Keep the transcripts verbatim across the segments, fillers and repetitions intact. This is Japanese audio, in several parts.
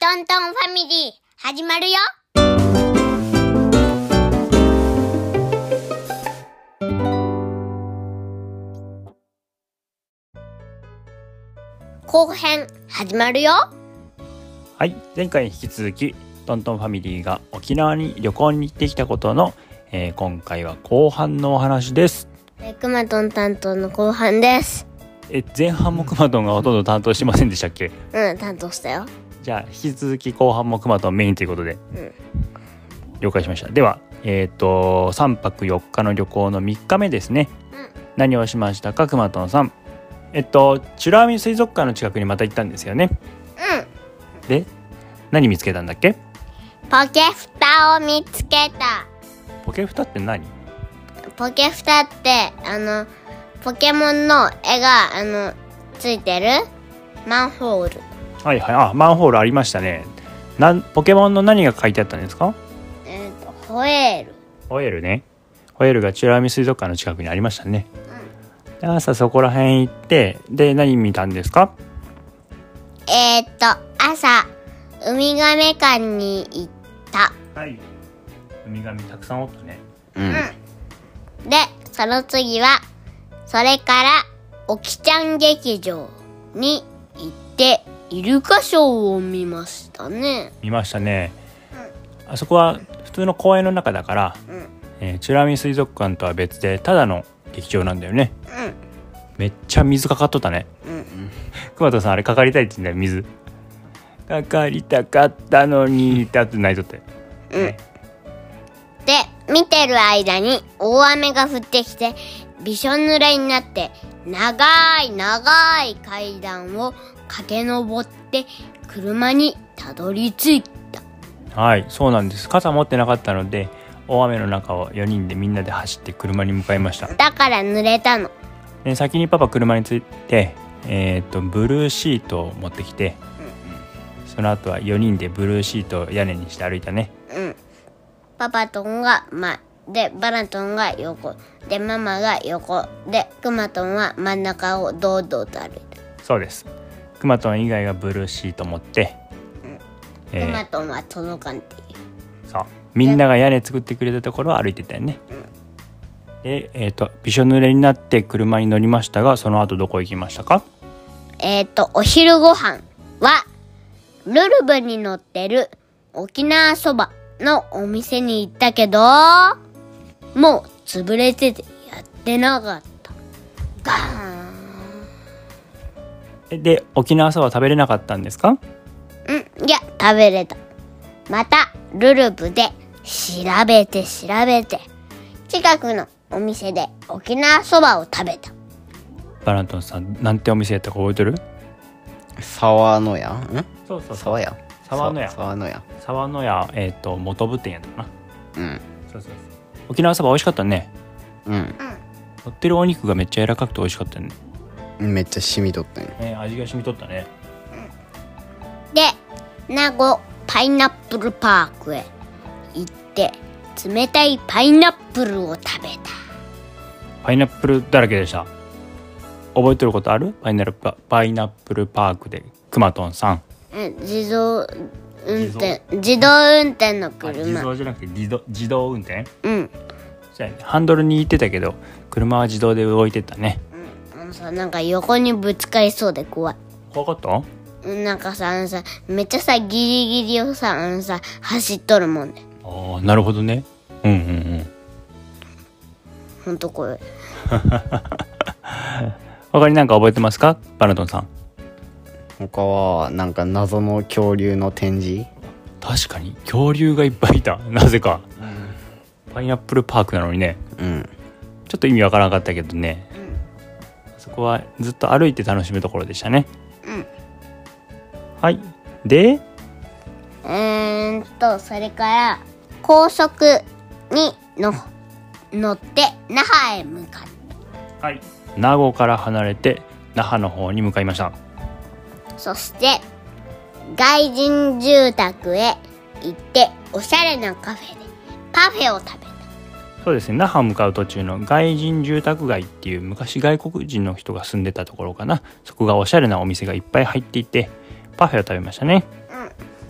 トントンファミリー始まるよ。後編始まるよ。 はい、前回に引き続きトントンファミリーが沖縄に旅行に行ってきたことの、えー、今回は後半のお話です。 えくまとん担当の後半です。 え前半もくまとんがほとんど担当してませんでしたっけ？ うん担当したよ。 じゃあ引き続き後半もくまとんメインということで、うん、了解しました。ではえっ、ー、とさんぱくよっかの旅行のみっかめですね、うん、何をしましたかくまとんさん。えっと美ら海水族館の近くにまた行ったんですよね。うんで何見つけたんだっけ？ ポケフタを見つけた。 ポケフタって何？ ポケフタってあのポケモンの絵があのついてるマンホール。 はいはい、あマンホールありましたね。なんポケモンの何が書いてあったんですか？ えっとホエール。 ホエールね。ホエールが美ら海水族館の近くにありましたね。うん、で朝そこら辺行ってで何見たんですか？ えっと朝ウミガメ館に行った。 はい。ウミガメたくさんおったね。 うん。でその次はそれからおきちゃん劇場に行ってイルカショーを見ましたね。 見ましたね。うん、あそこは普通の公園の中だから、うんえー、美ら海水族館とは別でただの劇場なんだよね。うん、めっちゃ水かかっとったね。うん、熊田さんあれかかりたいって言うんだよ。水かかりたかったのにってあと泣いとったよ。うん、 ね、で見てる間に大雨が降ってきてびしょ濡れになって長い長い階段を駆け上って車にたどり着いた。 はいそうなんです。傘持ってなかったので大雨の中をよにんでみんなで走って車に向かいました。 だから濡れたの。 で先にパパ車に着いて、えー、とブルーシートを持ってきて、うん、その後はよにんでブルーシートを屋根にして歩いたね。うんパパトンが前でバナトンが横でママが横でクマトンは真ん中を堂々と歩いた。 そうです。クマトン以外がブルーシート持って、 うんえー、クマトンは届かんっていう。 そうみんなが屋根作ってくれたところを歩いてたよね。うん、でえっ、ー、とびしょ濡れになって車に乗りましたがその後どこ行きましたか？ えっ、ー、とお昼ご飯はルルブに乗ってる沖縄そばのお店に行ったけどもう潰れててやってなかった。ガーンで沖縄そば食べれなかったんですか？ うんいや食べれた。またルルブで調べて調べて近くのお店で沖縄そばを食べた。 バラントンさんなんてお店やったか覚えてる？ 沢の屋んそうそう沢屋沢の屋沢の屋沢の屋えっ、ー、と元部店やったかな。 うんそうそうそう沖縄そば美味しかったね。 うん乗ってるお肉がめっちゃ柔らかくて美味しかったね。 めっちゃ染みとったね。 ね味が染みとったね。 で名護パイナップルパークへ行って冷たいパイナップルを食べた。 パイナップルだらけでした。覚えてることある？パイナップルパイナップルパークでくまとんさん。 うん、自動運転自動運転の車。 自動じゃなくて自動自動運転？ うん。 じゃあハンドルに行ってたけど車は自動で動いてたね。 うん。あのさなんか横にぶつかりそうで怖い。 怖かった？ なんかさあのさめっちゃさギリギリをさあのさ走っとるもんね。 ああなるほどね。うんうんうん。 ほんと怖い。 他に何か覚えてますかバナトンさん？ 他はなんか謎の恐竜の展示。 確かに恐竜がいっぱいいたなぜか、うん、パイナップルパークなのにね、うん、ちょっと意味わからなかったけどね、うん、そこはずっと歩いて楽しむところでしたね。うんはいでうーんとそれから高速にの乗って那覇へ向かった。 はい名護から離れて那覇の方に向かいました。 そして外人住宅へ行っておしゃれなカフェでパフェを食べた。 そうですね那覇向かう途中の外人住宅街っていう昔外国人の人が住んでたところかな。そこがおしゃれなお店がいっぱい入っていてパフェを食べましたね。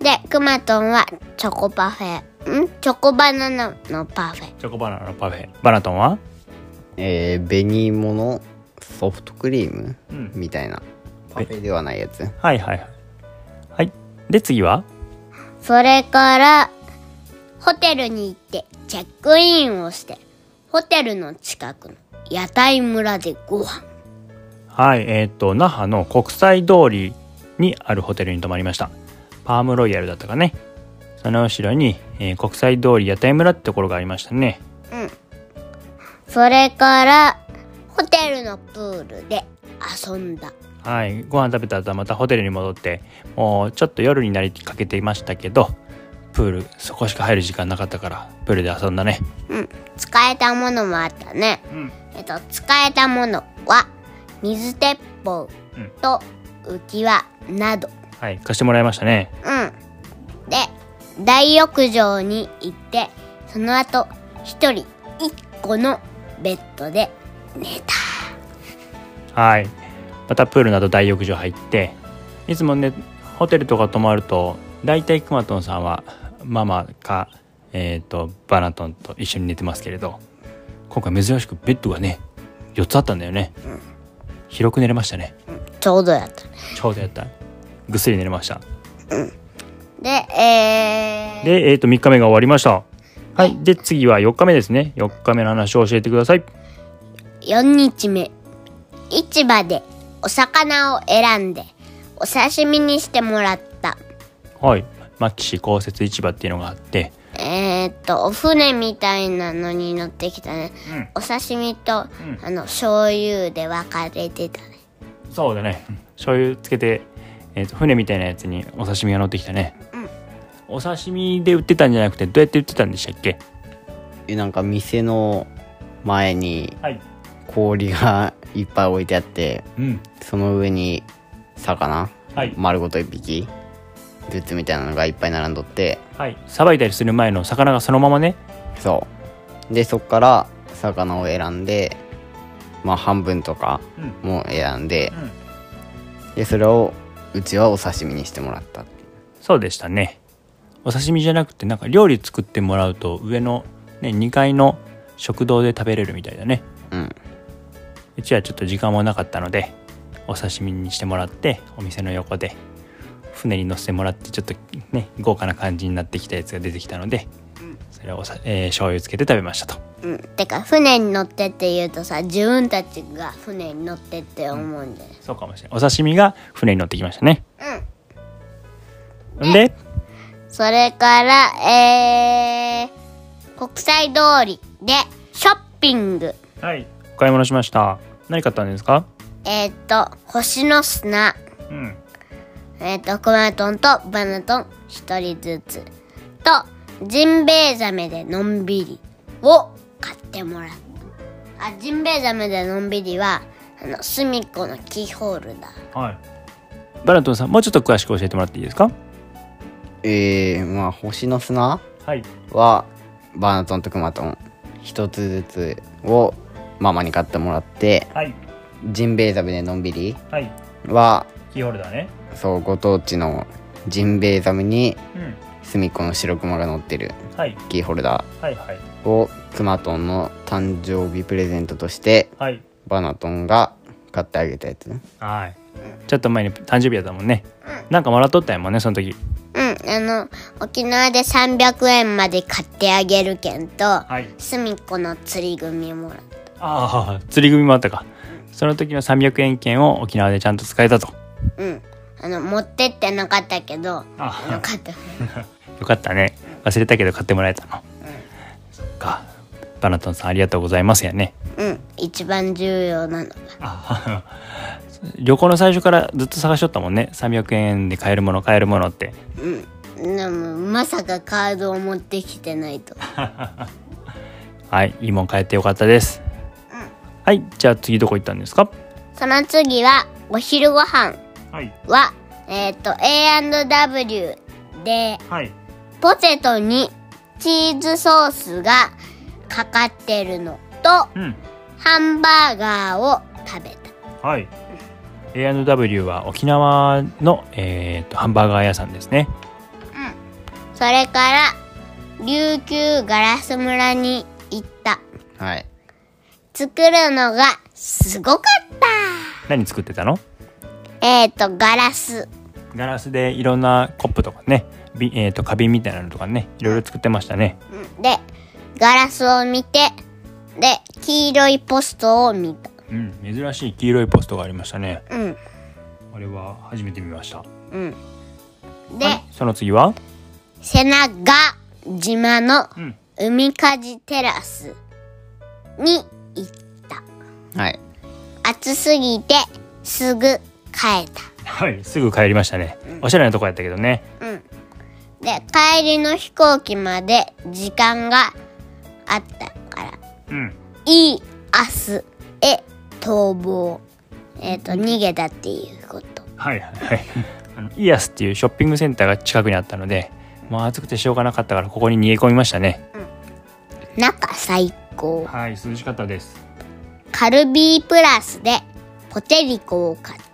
でくまとんはチョコパフェんチョコバナナのパフェ。 チョコバナナのパフェ。バナトンはえー、紅芋のソフトクリーム、 うん、 みたいなパフェではないやつ。 はいはいはいはい。で次はそれからホテルに行ってチェックインをしてホテルの近くの屋台村でご飯。 はい、えっ、ー、と那覇の国際通りにあるホテルに泊まりました。パームロイヤルだったかね。その後ろに、えー、国際通り屋台村ってところがありましたね。 うん。それからホテルのプールで遊んだ。 はい、ご飯食べた後はまたホテルに戻って、もうちょっと夜になりかけていましたけど、プールそこしか入る時間なかったからプールで遊んだね。 うん。使えたものもあったね。うん、えっと使えたものは水鉄砲と浮き輪など、 うん、はい、貸してもらいましたね。 うん。で大浴場に行ってその後一人一個のベッドで寝た。 はい、またプールなど大浴場入って、いつもねホテルとか泊まるとだいたいくまとんさんはママか、えー、とバナトンと一緒に寝てますけれど、今回珍しくベッドがねよっつあったんだよね。うん、広く寝れましたね。 うん、ちょうどやったね。 ちょうどやった。ぐっすり寝れました。 うん、でえー、 で、えー、とみっかめが終わりました。はい、で次はよっかめですね。よっかめの話を教えてください。 よっにちめ、市場でお魚を選んでお刺身にしてもらった。 はい、牧志公設市場っていうのがあって、 えー、っとお船みたいなのに乗ってきたね。うん、お刺身と、うん、あの醤油で分かれてたね。 そうだね、醤油つけて、えー、と船みたいなやつにお刺身が乗ってきたね。うん、お刺身で売ってたんじゃなくてどうやって売ってたんでしたっけ？ えなんか店の前に氷がいっぱい置いてあって、うん、その上に魚、はい、丸ごといっぴきずつみたいなのがいっぱい並んどって、 はい、さばいたりする前の魚がそのままね。 そうでそっから魚を選んで、まあ半分とかも選んで、うんうん、でそれをうちはお刺身にしてもらったっていう。 そうでしたね。お刺身じゃなくてなんか料理作ってもらうと上の、ね、にかいの食堂で食べれるみたいだね。うん、うちはちょっと時間もなかったのでお刺身にしてもらって、お店の横で船に乗せてもらって、ちょっとね豪華な感じになってきたやつが出てきたので、うん、それをさ、えー、醤油つけて食べましたと。 うん、てか船に乗ってって言うとさ、自分たちが船に乗ってって思うんだよ、 うん、そうかもしれない。お刺身が船に乗ってきましたね。うん。でそれからえー、国際通りでショッピング。 はい、お買い物しました。何買ったんですか？ えっと星の砂、うん、えっとくまとんとバナトン一人ずつとジンベエザメでのんびりを買ってもらった。あ、ジンベエザメでのんびりはあの隅っこのキーホルダー。 はい。バナトンさん、もうちょっと詳しく教えてもらっていいですか？ えー、まあ星の砂はバナトンとくまとん一つずつをママに買ってもらって、はい、ジンベエザメでのんびりは、はい、 キーホルダーね。 そう、ご当地のジンベエザメに隅っこの白クマが乗ってるキーホルダーをくまとんの誕生日プレゼントとして、はい、バナトンが買ってあげたやつ。 はい、ちょっと前に誕生日やったもんね。なんかもらっとったやもんね、その時。 うん、あの沖縄でさんびゃくえんまで買ってあげるけんと、はい、隅っこの釣り組もらった。 ああ、釣り組もあったか。その時のさんびゃくえん券を沖縄でちゃんと使えたと。 うん、あの持ってってなかったけど、よかったよかったね。忘れたけど買ってもらえたの、うん、そっか。バナトンさんありがとうございますやね。 うん、一番重要なのが旅行の最初からずっと探しとったもんね。さんびゃくえんで買えるもの買えるものって。 うん、でもまさかカードを持ってきてないとはい、いいもん買えてよかったです、うん、はい、じゃあ次どこ行ったんですか？ その次はお昼ご飯は、はい、えっ、ー、と エーアンドダブリュー で、はい、ポテトにチーズソースがかかってるのと、うん、ハンバーガーを食べた。 はい、エーアンドダブリュー は沖縄の、えー、とハンバーガー屋さんですね。 うん、 それから琉球ガラス村に行った。 はい。 作るのがすごかった。 何作ってたの？ えっとガラス。 ガラスでいろんなコップとかね、びえっと花瓶みたいなのとかね、いろいろ作ってましたね。 うん、で、ガラスを見て、で黄色いポストを見た。 うん、珍しい黄色いポストがありましたね。 うん。 あれは初めて見ました。 うん。で、 はい、その次は瀬長島の海かじテラスに行った。 はい。 暑すぎてすぐ帰った。 はい、すぐ帰りましたね。うん、おしゃれなとこやったけどね。 うん。で、帰りの飛行機まで時間があったから、 うん。 いい明日へ逃亡。えっと、逃げたっていうこと。 はいはいはい。あのイアスっていうショッピングセンターが近くにあったので、もう暑くてしょうがなかったからここに逃げ込みましたね。 うん、中最高。 はい、涼しかったです。 カルビープラスでポテリコを買った。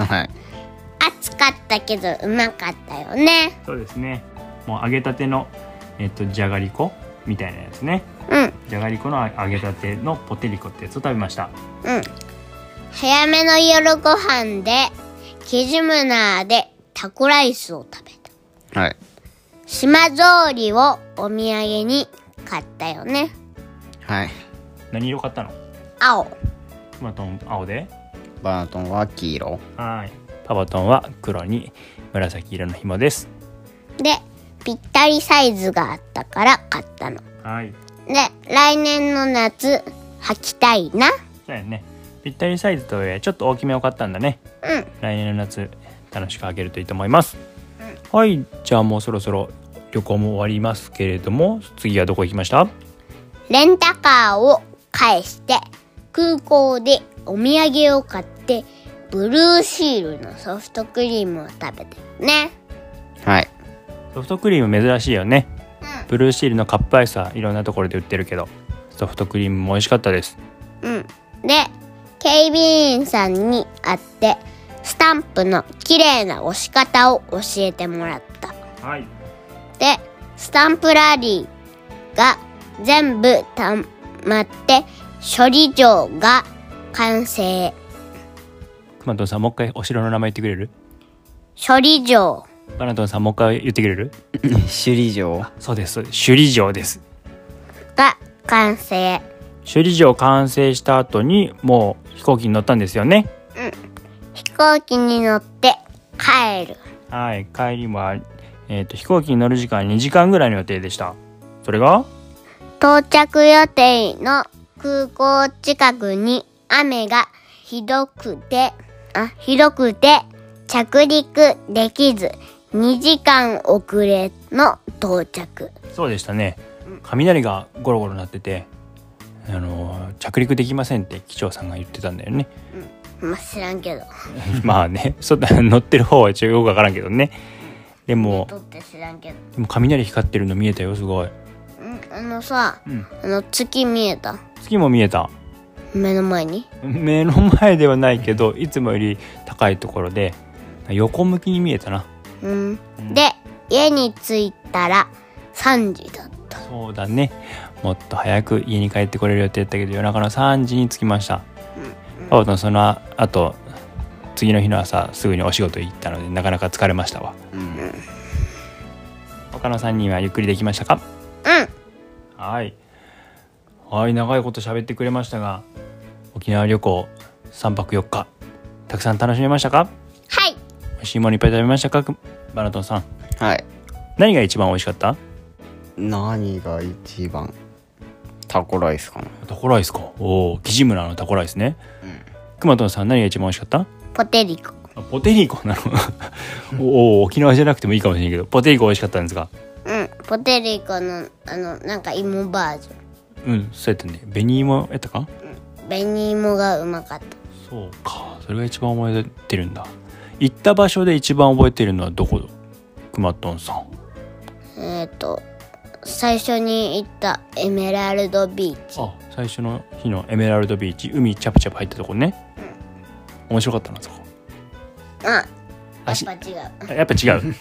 はい。 暑かったけどうまかったよね。 そうですね。もう揚げたてのえっとじゃがりこみたいなやつね。 うん。 じゃがりこの揚げたてのポテリコってやつを食べました。 うん。早めの夜ご飯でキジムナーでタコライスを食べた。 はい。 島ぞうりをお土産に買ったよね。 はい。 何色買ったの？ 青。 トマトン青で、 バナトンは黄色。 はい。パバトンは黒に紫色の紐です。 で、ぴったりサイズがあったから買ったの。 はい。 で、来年の夏履きたいな。 そうやね。ぴったりサイズとはいえちょっと大きめを買ったんだね。 うん。 来年の夏楽しく履けるといいと思います。うん、はい、じゃあもうそろそろ旅行も終わりますけれども、次はどこ行きました？ レンタカーを返して空港でお土産を買ってブルーシールのソフトクリームを食べてるね。 はい。 ソフトクリーム珍しいよね。 うん、 ブルーシールのカップアイスはいろんなところで売ってるけど、ソフトクリームも美味しかったです。 うん。で、警備員さんに会ってスタンプの綺麗な押し方を教えてもらった。 はい。 で、スタンプラリーが全部たまって処理場が完成。 くまとんさん、もう一回お城の名前言ってくれる？ 処理場。 バナトンさん、もう一回言ってくれる？ 首里城。 そうです、首里城です。 が完成。 首里城完成した後にもう飛行機に乗ったんですよね。 うん。飛行機に乗って帰る。 はい、帰りは、えーと、飛行機に乗る時間にじかんぐらいの予定でした。それが到着予定の空港近くに雨がひどくて、あ、ひどくて着陸できずにじかん遅れの到着。 そうでしたね。雷がゴロゴロ鳴ってて、あのー、着陸できませんって機長さんが言ってたんだよね。 うん、まあ知らんけど。 まあね、そ乗ってる方はちょっとよくわからんけどね。でも、 って知らんけど。 でも雷光ってるの見えたよ、すごい。 うん、あのさ、 うん、 あの月見えた。 月も見えた。 目の前に？ 目の前ではないけど、いつもより高いところで横向きに見えたな。 うん。うん、で、家に着いたらさんじだった。 そうだね。もっと早く家に帰ってこれる予定だったけど、夜中のさんじに着きました。うんうん、パパとその後次の日の朝すぐにお仕事行ったのでなかなか疲れましたわ。うん、他のさんにんはゆっくりできましたか？ うん。 はいはい長いこと喋ってくれましたが、沖縄旅行さんぱくよっかたくさん楽しめましたか？ はい。 美味しいものいっぱい食べましたか？バナトンさん。 はい。何が一番美味しかった？ 何が一番？タコライスかな。 タコライスか。おお、キジムナのタコライスね。うん。くまとんさん、何が一番美味しかった？ ポテリコ。 あ、ポテリコなの。おお、沖縄じゃなくてもいいかもしれないけど、ポテリコ美味しかったんですか？ うん、ポテリコのあのなんか芋バージョン。 うん、そうやったね。紅芋やったか？うん、 紅芋がうまかった。 そうか、それが一番覚えてるんだ。行った場所で一番覚えてるのはどこ？くまとんさん。 えっと最初に行ったエメラルドビーチ。 あ、最初の日のエメラルドビーチ、海チャプチャプ入ったとこね。うん、面白かったなそこ。 あ、やっぱ違う。 やっぱ違う。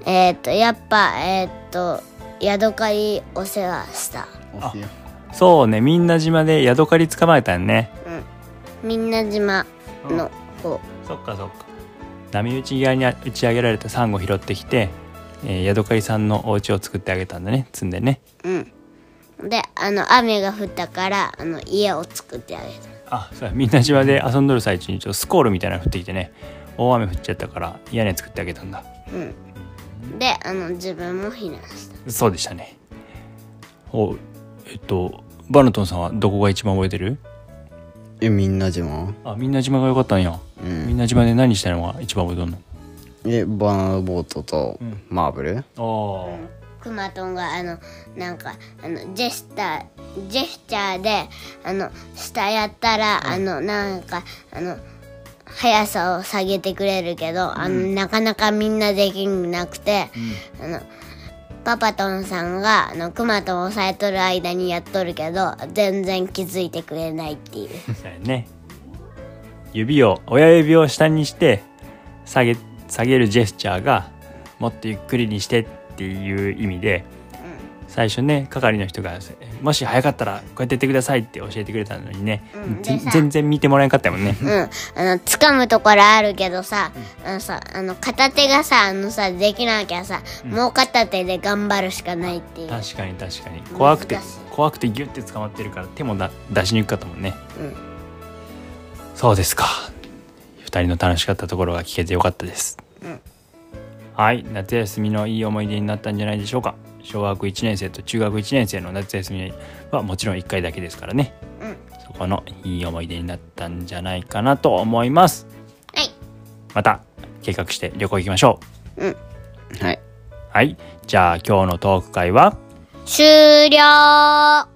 えっとやっぱえっとヤドカリお世話した。 そうね、みんな島でヤドカリ捕まえたんね。 うん、みんな島の方、 うん、そっかそっか。波打ち際に打ち上げられたサンゴ拾ってきて、えー、ヤドカリさんのお家を作ってあげたんだね、積んでね。 うんで、あの雨が降ったからあの家を作ってあげた。 あ、そうや、みんな島で遊んどる最中にちょっとスコールみたいなの降ってきてね、大雨降っちゃったから屋根作ってあげたんだ。 うんで、あの自分も避難した。 そうでしたね。お、えっとバナトンさんはどこが一番覚えてる？ え、みんな島。 あ、みんな島が良かったんや、うん、みんな島で何したのが一番覚えとんの？ え、バナナボートとマーブル、うん、 ああ、うん、 くまとんがあのなんかあのジェスタージェスチャーであの下やったら、うん、あのなんかあの速さを下げてくれるけど、うん、あのなかなかみんなできなくて、うん、あのパパトンさんがあのクマトンを押さえとる間にやっとるけど全然気づいてくれないっていうそうやね、指を親指を下にして下げ下げるジェスチャーがもっとゆっくりにしてっていう意味で、うん、最初ね係の人がもし早かったらこうやってやってくださいって教えてくれたのにね、うん、全然見てもらえなかったもんね。 うん、あの掴むところあるけどさ、うん、あのさあの片手がさあのさできなきゃさ、うん、もう片手で頑張るしかないっていう。 確かに確かに怖くて怖くてギュッて捕まってるから手もだ出しにくかったもんね。うん、そうですか。ふたりの楽しかったところが聞けてよかったです。うん、はい、夏休みのいい思い出になったんじゃないでしょうか。小学いちねん生と中学いちねん生の夏休みはもちろんいっかいだけですからね、うん、そこのいい思い出になったんじゃないかなと思います。 はい、また計画して旅行行きましょう。うんはいはい、じゃあ今日のトーク会は終了。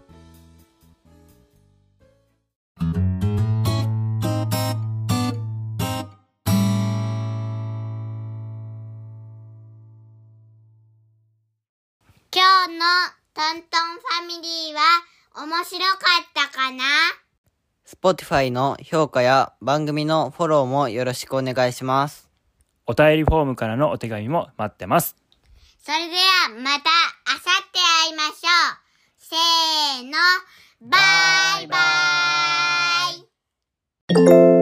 今日のトントンファミリーは面白かったかな？ Spotify の評価や番組のフォローもよろしくお願いします。 お便りフォームからのお手紙も待ってます。 それではまたあさって会いましょう。せーの、バイバイ。